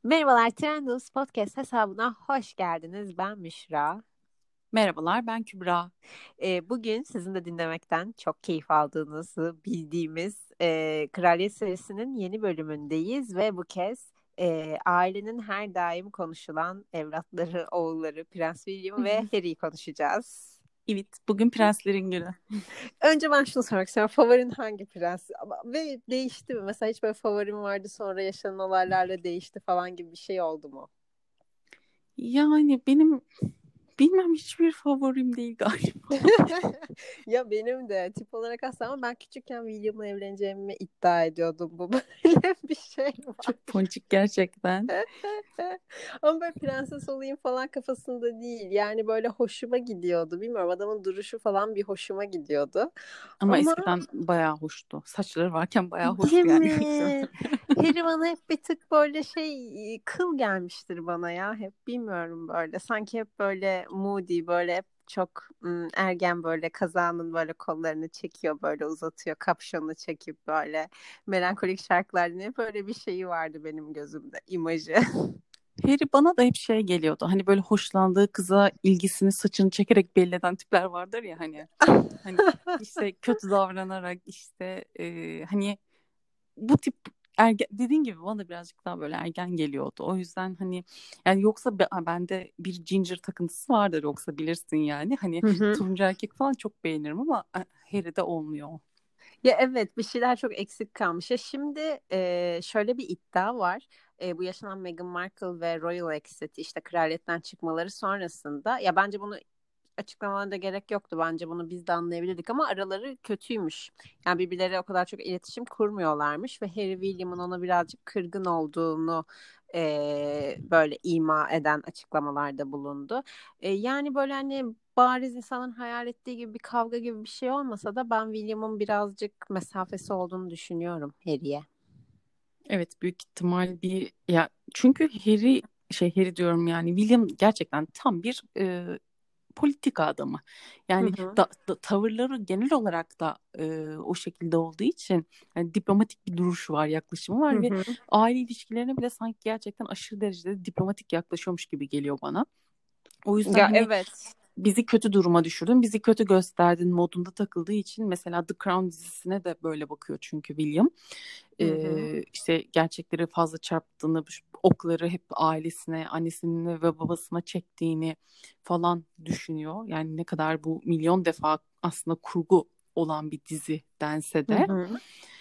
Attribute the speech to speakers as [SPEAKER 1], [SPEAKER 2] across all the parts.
[SPEAKER 1] Merhabalar, Trendus Podcast hesabına hoş geldiniz. Ben Müşra.
[SPEAKER 2] Merhabalar, ben Kübra.
[SPEAKER 1] Bugün sizin de dinlemekten çok keyif aldığınızı bildiğimiz Kraliyet serisinin yeni bölümündeyiz ve bu kez ailenin her daim konuşulan evlatları, oğulları Prens William ve Harry'yi konuşacağız.
[SPEAKER 2] Evet, bugün prenslerin günü.
[SPEAKER 1] Önce ben şunu sormak istiyorum. Favorin hangi prens? Ve değişti mi? Mesela hiç böyle favorim vardı sonra yaşanan olaylarla değişti falan gibi bir şey oldu mu?
[SPEAKER 2] Yani benim bilmem hiçbir favorim değil galiba.
[SPEAKER 1] Ya benim de tip olarak aslında ama ben küçükken William'la evleneceğimi iddia ediyordum. Bu böyle bir şey var.
[SPEAKER 2] Çok ponçik gerçekten.
[SPEAKER 1] Ama böyle prenses olayım falan kafasında değil. Yani böyle hoşuma gidiyordu. Bilmiyorum adamın duruşu falan bir hoşuma gidiyordu.
[SPEAKER 2] Ama
[SPEAKER 1] Ama
[SPEAKER 2] eskiden bayağı hoştu. Saçları varken bayağı
[SPEAKER 1] değil
[SPEAKER 2] hoştu yani.
[SPEAKER 1] mi? Harry bana hep bir tık böyle kıl gelmiştir bana ya. Hep bilmiyorum böyle. Sanki hep böyle moody böyle hep çok ergen böyle kazağının böyle kollarını çekiyor böyle uzatıyor kapşonunu çekip böyle melankolik şarkılar dinleyip böyle bir şeyi vardı benim gözümde imajı.
[SPEAKER 2] Harry bana da hep şey geliyordu. Hani böyle hoşlandığı kıza ilgisini saçını çekerek belli eden tipler vardır ya hani. Hani işte kötü davranarak işte hani bu tip dediğin gibi bana da birazcık daha böyle ergen geliyordu. O yüzden hani yani yoksa bende bir ginger takıntısı vardır yoksa bilirsin yani. Hani
[SPEAKER 1] Hı hı.
[SPEAKER 2] turuncu erkek falan çok beğenirim ama Harry'de olmuyor.
[SPEAKER 1] Ya evet bir şeyler çok eksik kalmış. Ya şimdi şöyle bir iddia var. Bu yaşanan Meghan Markle ve Royal Exit işte kraliyetten çıkmaları sonrasında ya bence bunu açıklamalarına da gerek yoktu. Bence bunu biz de anlayabilirdik ama araları kötüymüş. Yani birbirleriyle o kadar çok iletişim kurmuyorlarmış ve Harry William'ın ona birazcık kırgın olduğunu böyle ima eden açıklamalarda bulundu. Yani böyle hani bariz insanın hayal ettiği gibi bir kavga gibi bir şey olmasa da ben William'ın birazcık mesafesi olduğunu düşünüyorum Harry'e.
[SPEAKER 2] Evet, büyük ihtimal bir ya çünkü Harry diyorum yani William gerçekten tam bir politika adamı.
[SPEAKER 1] Hı
[SPEAKER 2] Yani
[SPEAKER 1] hı.
[SPEAKER 2] tavırları genel olarak da o şekilde olduğu için yani diplomatik bir duruşu var, yaklaşımı
[SPEAKER 1] Hı
[SPEAKER 2] var ve
[SPEAKER 1] hı.
[SPEAKER 2] aile ilişkilerine bile sanki gerçekten aşırı derecede diplomatik yaklaşıyormuş gibi geliyor bana. O yüzden
[SPEAKER 1] Ya
[SPEAKER 2] hani
[SPEAKER 1] evet.
[SPEAKER 2] bizi kötü duruma düşürdün, bizi kötü gösterdin modunda takıldığı için mesela The Crown dizisine de böyle bakıyor çünkü William.
[SPEAKER 1] Hı hı.
[SPEAKER 2] İşte gerçekleri fazla çarptığını, okları hep ailesine, annesine ve babasına çektiğini falan düşünüyor. Yani ne kadar bu milyon defa aslında kurgu olan bir dizi dense
[SPEAKER 1] Hı
[SPEAKER 2] de.
[SPEAKER 1] hı.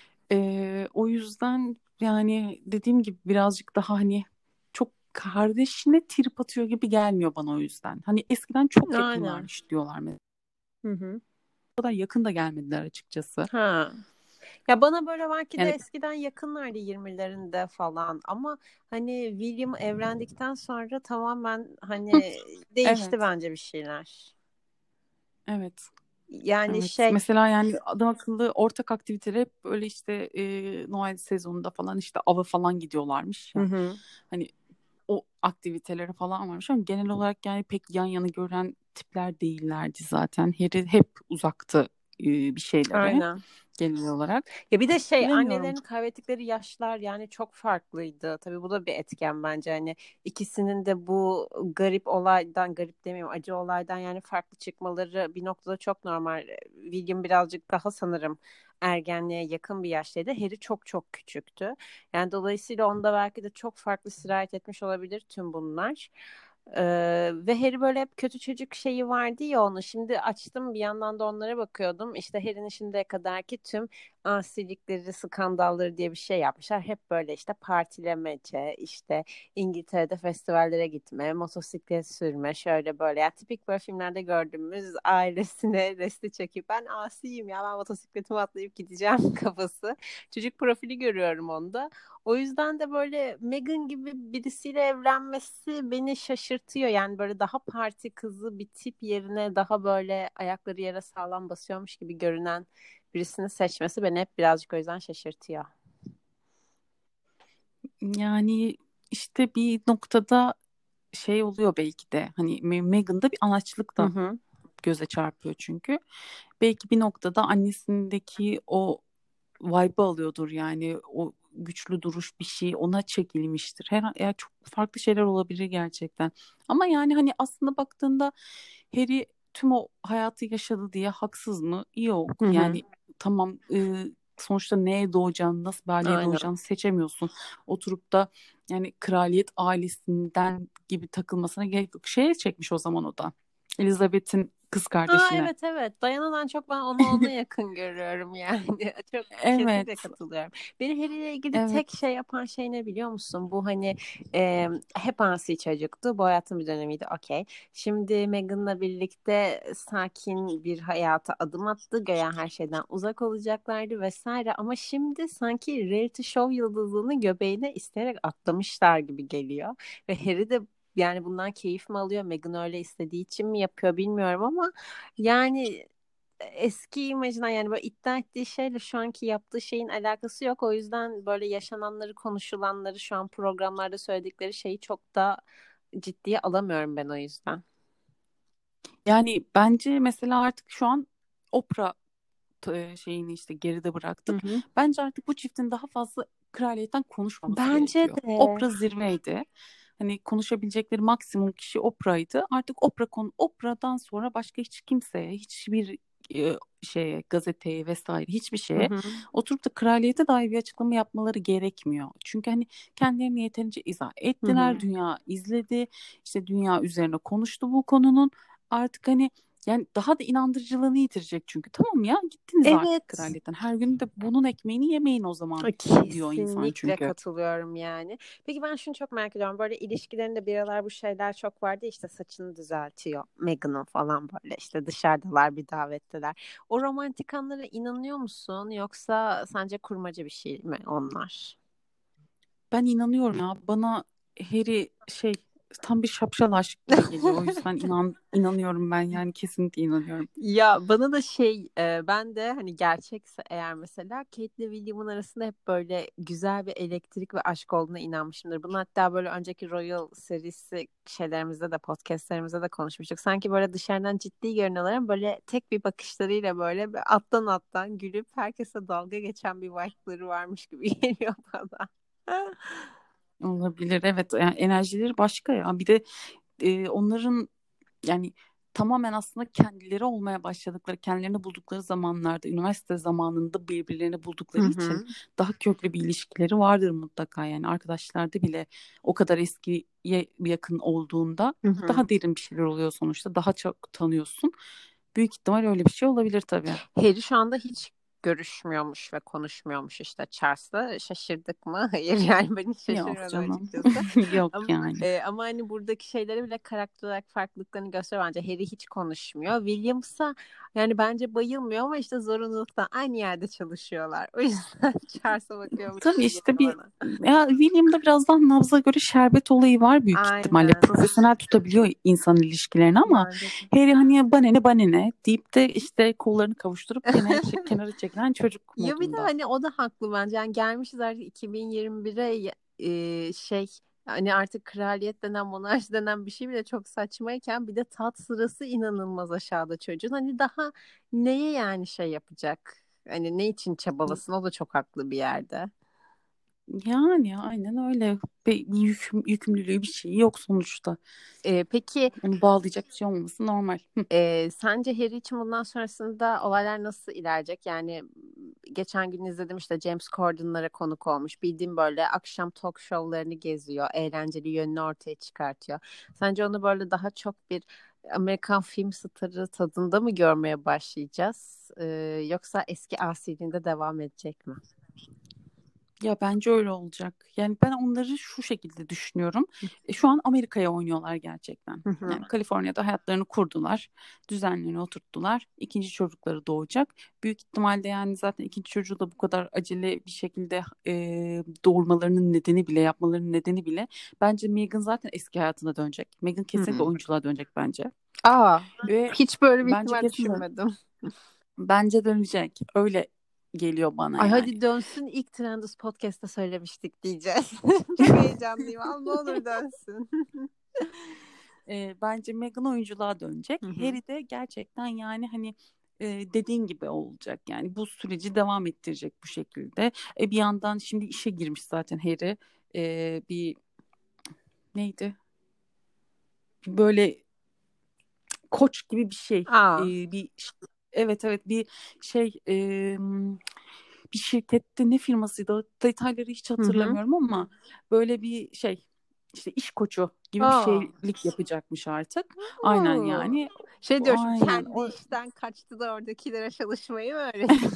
[SPEAKER 2] O yüzden yani dediğim gibi birazcık daha hani çok kardeşine trip atıyor gibi gelmiyor bana o yüzden. Hani eskiden çok
[SPEAKER 1] Aynen.
[SPEAKER 2] yakınlarmış diyorlar mesela.
[SPEAKER 1] Hı hı.
[SPEAKER 2] O kadar yakın da gelmediler açıkçası.
[SPEAKER 1] Ha. Ya bana böyle belki de
[SPEAKER 2] Yani
[SPEAKER 1] eskiden yakınlardı 20'lerinde falan ama hani William evlendikten sonra tamamen hani değişti
[SPEAKER 2] evet,
[SPEAKER 1] bence bir şeyler.
[SPEAKER 2] evet,
[SPEAKER 1] Yani
[SPEAKER 2] evet.
[SPEAKER 1] şey.
[SPEAKER 2] Mesela yani adam akıllı ortak aktiviteler hep böyle işte Noel sezonunda falan işte ava falan gidiyorlarmış
[SPEAKER 1] Hı
[SPEAKER 2] ya.
[SPEAKER 1] hı.
[SPEAKER 2] Hani o aktiviteleri falan varmış ama genel olarak yani pek yan yana gören tipler değillerdi zaten. Harry hep uzaktı bir şeylere
[SPEAKER 1] Aynen.
[SPEAKER 2] genel olarak.
[SPEAKER 1] Ya bir de
[SPEAKER 2] Bilemiyorum.
[SPEAKER 1] annelerini kaybettikleri yaşlar yani çok farklıydı. Tabii bu da bir etken bence. Hani ikisinin de bu garip olaydan, garip demeyeyim acı olaydan yani farklı çıkmaları bir noktada çok normal. William birazcık daha sanırım ergenliğe yakın bir yaştaydı. Harry çok çok küçüktü. Yani dolayısıyla onda belki de çok farklı sirayet etmiş olabilir tüm bunlar. Ve Harry böyle hep kötü çocuk şeyi vardı ya onu. Şimdi açtım bir yandan da onlara bakıyordum. İşte Harry'nin şimdiye kadarki tüm asilikleri, skandalları diye bir şey yapmışlar. Hep böyle işte partilemece, işte İngiltere'de festivallere gitme, motosiklet sürme, şöyle böyle. Ya tipik böyle filmlerde gördüğümüz ailesine resti çekip ben asiyim ya ben motosikletimi atlayıp gideceğim kafası. Çocuk profili görüyorum onda. O yüzden de böyle Meghan gibi birisiyle evlenmesi beni şaşırtıyor. Yani böyle daha parti kızı bir tip yerine daha böyle ayakları yere sağlam basıyormuş gibi görünen birisini seçmesi beni hep birazcık o yüzden şaşırtıyor.
[SPEAKER 2] Yani işte bir noktada şey oluyor belki de hani Meghan'da bir anaçlık
[SPEAKER 1] Hı
[SPEAKER 2] da
[SPEAKER 1] hı.
[SPEAKER 2] göze çarpıyor çünkü. Belki bir noktada annesindeki o vibe alıyordur yani, o güçlü duruş bir şey ona çekilmiştir. Yani çok farklı şeyler olabilir gerçekten. Ama yani hani aslında baktığında Harry tüm o hayatı yaşadı diye haksız mı? Yok.
[SPEAKER 1] Hı hı.
[SPEAKER 2] Yani tamam, sonuçta neye doğacağını, nasıl bir aileye
[SPEAKER 1] Aynen.
[SPEAKER 2] doğacağını seçemiyorsun. Oturup da yani kraliyet ailesinden gibi takılmasına gerek yok. Şeye çekmiş o zaman o da. Elizabeth'in kız
[SPEAKER 1] Aa,
[SPEAKER 2] kardeşine.
[SPEAKER 1] evet evet. Dayana'dan çok ben onu ona yakın görüyorum yani. Çok kesinlikle
[SPEAKER 2] Evet,
[SPEAKER 1] katılıyorum. Beni Harry ile ilgili tek
[SPEAKER 2] evet.
[SPEAKER 1] şey yapan şey ne biliyor musun? Bu hani hep asi çocuktu. Bu hayatın bir dönemiydi. Okey. Şimdi Meghan'la birlikte sakin bir hayata adım attı. Göya her şeyden uzak olacaklardı vesaire. Ama şimdi sanki reality show yıldızlığını göbeğine isteyerek atlamışlar gibi geliyor. Ve Harry de yani bundan keyif mi alıyor? Meghan öyle istediği için mi yapıyor bilmiyorum ama yani eski imajına yani böyle iddia ettiği şeyle şu anki yaptığı şeyin alakası yok. O yüzden böyle yaşananları, konuşulanları, şu an programlarda söyledikleri şeyi çok da ciddiye alamıyorum ben o yüzden.
[SPEAKER 2] Yani bence mesela artık şu an Oprah şeyini işte geride
[SPEAKER 1] Hı
[SPEAKER 2] bıraktık.
[SPEAKER 1] hı.
[SPEAKER 2] Bence artık bu çiftin daha fazla kraliyetten konuşmaması
[SPEAKER 1] Bence
[SPEAKER 2] gerekiyor.
[SPEAKER 1] de.
[SPEAKER 2] Oprah zirveydi. Hani konuşabilecekleri maksimum kişi Oprah'ydı. Artık Oprah'dan sonra başka hiç kimseye, hiçbir şeye, gazeteye vesaire hiçbir
[SPEAKER 1] Hı
[SPEAKER 2] şeye
[SPEAKER 1] hı.
[SPEAKER 2] oturup da kraliyete dair bir açıklama yapmaları gerekmiyor. Çünkü hani kendilerini yeterince izah
[SPEAKER 1] Hı hı.
[SPEAKER 2] ettiler, dünya izledi, işte dünya üzerine konuştu bu konunun. Artık hani yani daha da inandırıcılığını yitirecek çünkü. Tamam ya, gittiniz artık
[SPEAKER 1] Evet.
[SPEAKER 2] kraliyetten. Her gün de bunun ekmeğini yemeyin o zaman diyor insan
[SPEAKER 1] Kesinlikle
[SPEAKER 2] çünkü.
[SPEAKER 1] katılıyorum yani. Peki ben şunu çok merak ediyorum. Böyle ilişkilerinde bir aralar bu şeyler çok vardı. İşte saçını düzeltiyor. Meghan'ın falan böyle işte dışarıdalar bir davetteler. O romantik anlara inanıyor musun? Yoksa sence kurmaca bir şey mi onlar?
[SPEAKER 2] Ben inanıyorum ya. Bana Harry tam bir şapşal aşık gibi geliyor. O yüzden inanıyorum ben, yani kesinlikle inanıyorum.
[SPEAKER 1] Ya bana da ben de hani gerçekse eğer mesela Kate ile William'ın arasında hep böyle güzel bir elektrik ve aşk olduğuna inanmışımdır. Bunu hatta böyle önceki Royal serisi şeylerimizde de podcastlerimizde de konuşmuştuk. Sanki böyle dışarıdan ciddi görünüyorlar ama böyle tek bir bakışlarıyla böyle bir alttan alttan gülüp herkese dalga geçen bir vibe'ları varmış gibi geliyor bana.
[SPEAKER 2] Olabilir, evet. Yani enerjileri başka ya. Bir de onların yani tamamen aslında kendileri olmaya başladıkları, kendilerini buldukları zamanlarda, üniversite zamanında birbirlerini
[SPEAKER 1] Hı
[SPEAKER 2] buldukları için
[SPEAKER 1] hı.
[SPEAKER 2] daha köklü bir ilişkileri vardır mutlaka. Yani arkadaşlarda bile o kadar eskiye yakın olduğunda
[SPEAKER 1] Hı hı.
[SPEAKER 2] daha derin bir şeyler oluyor sonuçta. Daha çok tanıyorsun. Büyük ihtimal öyle bir şey olabilir tabii.
[SPEAKER 1] Harry şu anda hiç görüşmüyormuş ve konuşmuyormuş işte Charles'la. Şaşırdık mı? Hayır yani ben hiç
[SPEAKER 2] Yok
[SPEAKER 1] şaşırmadım
[SPEAKER 2] canım.
[SPEAKER 1] açıkçası.
[SPEAKER 2] Yok
[SPEAKER 1] Ama,
[SPEAKER 2] yani.
[SPEAKER 1] ama hani buradaki şeyleri bile karakter olarak farklılıklarını gösteriyor bence. Harry hiç konuşmuyor. William'sa yani bence bayılmıyor ama işte zorunluluktan aynı yerde çalışıyorlar. O yüzden Charles'a bakıyormuş
[SPEAKER 2] Tabii
[SPEAKER 1] gibi
[SPEAKER 2] işte
[SPEAKER 1] geliyor bana.
[SPEAKER 2] ya William'da birazdan nabza göre şerbet olayı var büyük ihtimalle.
[SPEAKER 1] Aynen.
[SPEAKER 2] Profesyonel tutabiliyor insan ilişkilerini ama
[SPEAKER 1] Bence de.
[SPEAKER 2] Harry hani bana ne deyip de işte kollarını kavuşturup kenara çekilen çocuk
[SPEAKER 1] Ya bir de
[SPEAKER 2] modunda.
[SPEAKER 1] hani o da haklı bence. Yani gelmişiz artık 2021'e hani artık kraliyet denen monarşi denen bir şey bile çok saçmayken bir de tat sırası inanılmaz aşağıda çocuğun. Hani daha neye yani şey yapacak? Hani ne için çabalasın? O da çok haklı bir yerde.
[SPEAKER 2] Yani aynen öyle. Bir yükümlülüğü bir şey yok sonuçta.
[SPEAKER 1] Peki
[SPEAKER 2] Onu bağlayacak bir şey olmaması normal. Hı.
[SPEAKER 1] Sence Harry için bundan sonrasında olaylar nasıl ilerleyecek? Yani geçen gün izledim işte James Corden'lara konuk olmuş. Bildiğim böyle akşam talk show'larını geziyor. Eğlenceli yönünü ortaya çıkartıyor. Sence onu böyle daha çok bir Amerikan film starı tadında mı görmeye başlayacağız? Yoksa eski asiliğinde devam edecek mi?
[SPEAKER 2] Ya bence öyle olacak. Yani ben onları şu şekilde düşünüyorum. Şu an Amerika'ya oynuyorlar gerçekten.
[SPEAKER 1] Hı hı.
[SPEAKER 2] Yani Kaliforniya'da hayatlarını kurdular. Düzenlerini oturttular. İkinci çocukları doğacak. Büyük ihtimalle yani zaten ikinci çocuğu da bu kadar acele bir şekilde doğurmalarının nedeni bile, yapmalarının nedeni bile bence Meghan zaten eski hayatına dönecek. Meghan kesinlikle
[SPEAKER 1] Hı.
[SPEAKER 2] oyunculuğa dönecek bence.
[SPEAKER 1] Aa,
[SPEAKER 2] Ve
[SPEAKER 1] hiç böyle bir
[SPEAKER 2] bence
[SPEAKER 1] ihtimal
[SPEAKER 2] kesin
[SPEAKER 1] düşünmedim.
[SPEAKER 2] bence dönecek. Öyle geliyor bana
[SPEAKER 1] Ay
[SPEAKER 2] yani.
[SPEAKER 1] hadi dönsün ilk Trendus Podcast'ta söylemiştik diyeceğiz. Çok heyecanlıyım. Al ne olur dönsün.
[SPEAKER 2] Bence Meghan oyunculuğa dönecek.
[SPEAKER 1] Hı hı.
[SPEAKER 2] Harry de gerçekten yani hani dediğin gibi olacak. Yani bu süreci devam ettirecek bu şekilde. Bir yandan şimdi işe girmiş zaten Harry. Bir neydi? Böyle koç gibi bir şey.
[SPEAKER 1] Aa.
[SPEAKER 2] Bir evet evet bir şey bir şirkette ne firmasıydı? Detayları hiç
[SPEAKER 1] Hı hı.
[SPEAKER 2] hatırlamıyorum ama böyle bir şey işte iş koçu gibi bir
[SPEAKER 1] Aa.
[SPEAKER 2] şeylik yapacakmış artık. Aynen
[SPEAKER 1] Oo.
[SPEAKER 2] yani.
[SPEAKER 1] Şey diyor şimdi,
[SPEAKER 2] Aynen
[SPEAKER 1] kendi
[SPEAKER 2] o
[SPEAKER 1] işten kaçtı da oradakilere çalışmayı mı öğreniyor?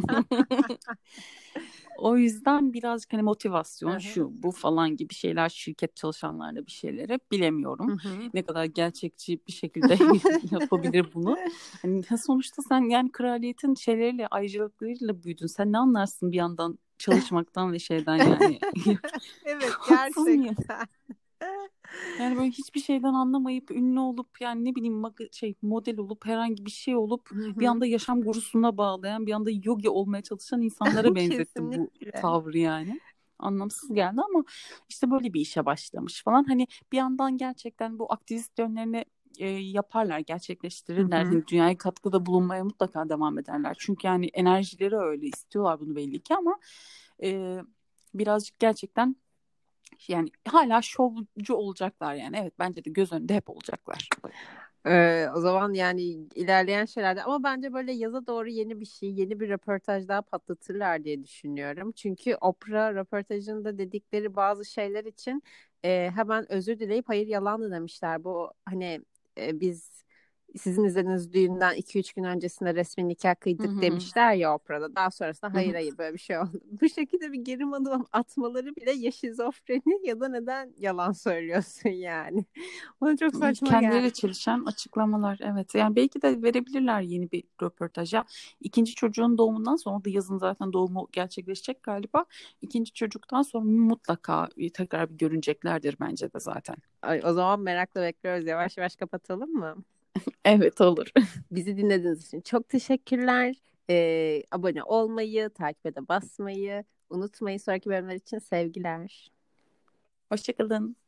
[SPEAKER 2] O yüzden birazcık hani
[SPEAKER 1] Hı
[SPEAKER 2] motivasyon
[SPEAKER 1] hı.
[SPEAKER 2] şu bu falan gibi şeyler şirket çalışanlarına bir şeyleri bilemiyorum.
[SPEAKER 1] Hı hı.
[SPEAKER 2] Ne kadar gerçekçi bir şekilde yapabilir bunu. Hani sonuçta sen yani kraliyetin şeyleriyle ayrıcalıklarıyla büyüdün. Sen ne anlarsın bir yandan çalışmaktan ve şeyden yani.
[SPEAKER 1] Evet,
[SPEAKER 2] Haksız mıyım?
[SPEAKER 1] gerçekten.
[SPEAKER 2] Yani böyle hiçbir şeyden anlamayıp ünlü olup yani ne bileyim model olup herhangi bir şey olup
[SPEAKER 1] Hı
[SPEAKER 2] bir
[SPEAKER 1] hı.
[SPEAKER 2] anda yaşam gurusuna bağlayan bir anda yogi olmaya çalışan insanlara benzetti bu
[SPEAKER 1] Kesinlikle.
[SPEAKER 2] tavrı yani. Anlamsız geldi ama işte böyle bir işe başlamış falan. Hani bir yandan gerçekten bu aktivist yönlerini yaparlar,
[SPEAKER 1] Hı
[SPEAKER 2] gerçekleştirirler.
[SPEAKER 1] hı.
[SPEAKER 2] Hani dünyaya katkıda bulunmaya mutlaka devam ederler. Çünkü yani enerjileri öyle istiyorlar bunu belli ki ama e, birazcık gerçekten yani hala şovcu olacaklar yani. Evet bence de göz önünde hep olacaklar.
[SPEAKER 1] O zaman yani ilerleyen şeylerde, ama bence böyle yaza doğru yeni bir şey, yeni bir röportaj daha patlatırlar diye düşünüyorum. Çünkü Oprah röportajında dedikleri bazı şeyler için hemen özür dileyip hayır yalandı demişler. Bu hani biz sizin izlediğiniz düğünden 2-3 gün öncesinde resmi nikah
[SPEAKER 2] Hı
[SPEAKER 1] kıydık
[SPEAKER 2] hı
[SPEAKER 1] demişler ya Oprah'da. Daha sonrasında
[SPEAKER 2] hı
[SPEAKER 1] hayır
[SPEAKER 2] hı.
[SPEAKER 1] hayır böyle bir şey oldu. Bu şekilde bir geri adım atmaları bile ya şizofreni ya da neden yalan söylüyorsun yani. Bana çok saçma
[SPEAKER 2] Kendileriyle
[SPEAKER 1] geldi.
[SPEAKER 2] çelişen açıklamalar evet. Yani belki de verebilirler yeni bir röportaja. İkinci çocuğun doğumundan sonra da yazın zaten doğumu gerçekleşecek galiba. İkinci çocuktan sonra mutlaka tekrar bir görüneceklerdir bence de zaten.
[SPEAKER 1] Ay, o zaman merakla bekliyoruz. Yavaş yavaş kapatalım mı?
[SPEAKER 2] Evet olur.
[SPEAKER 1] Bizi dinlediğiniz için çok teşekkürler. Abone olmayı, takibe de basmayı unutmayın. Sonraki bölümler için sevgiler.
[SPEAKER 2] Hoşçakalın.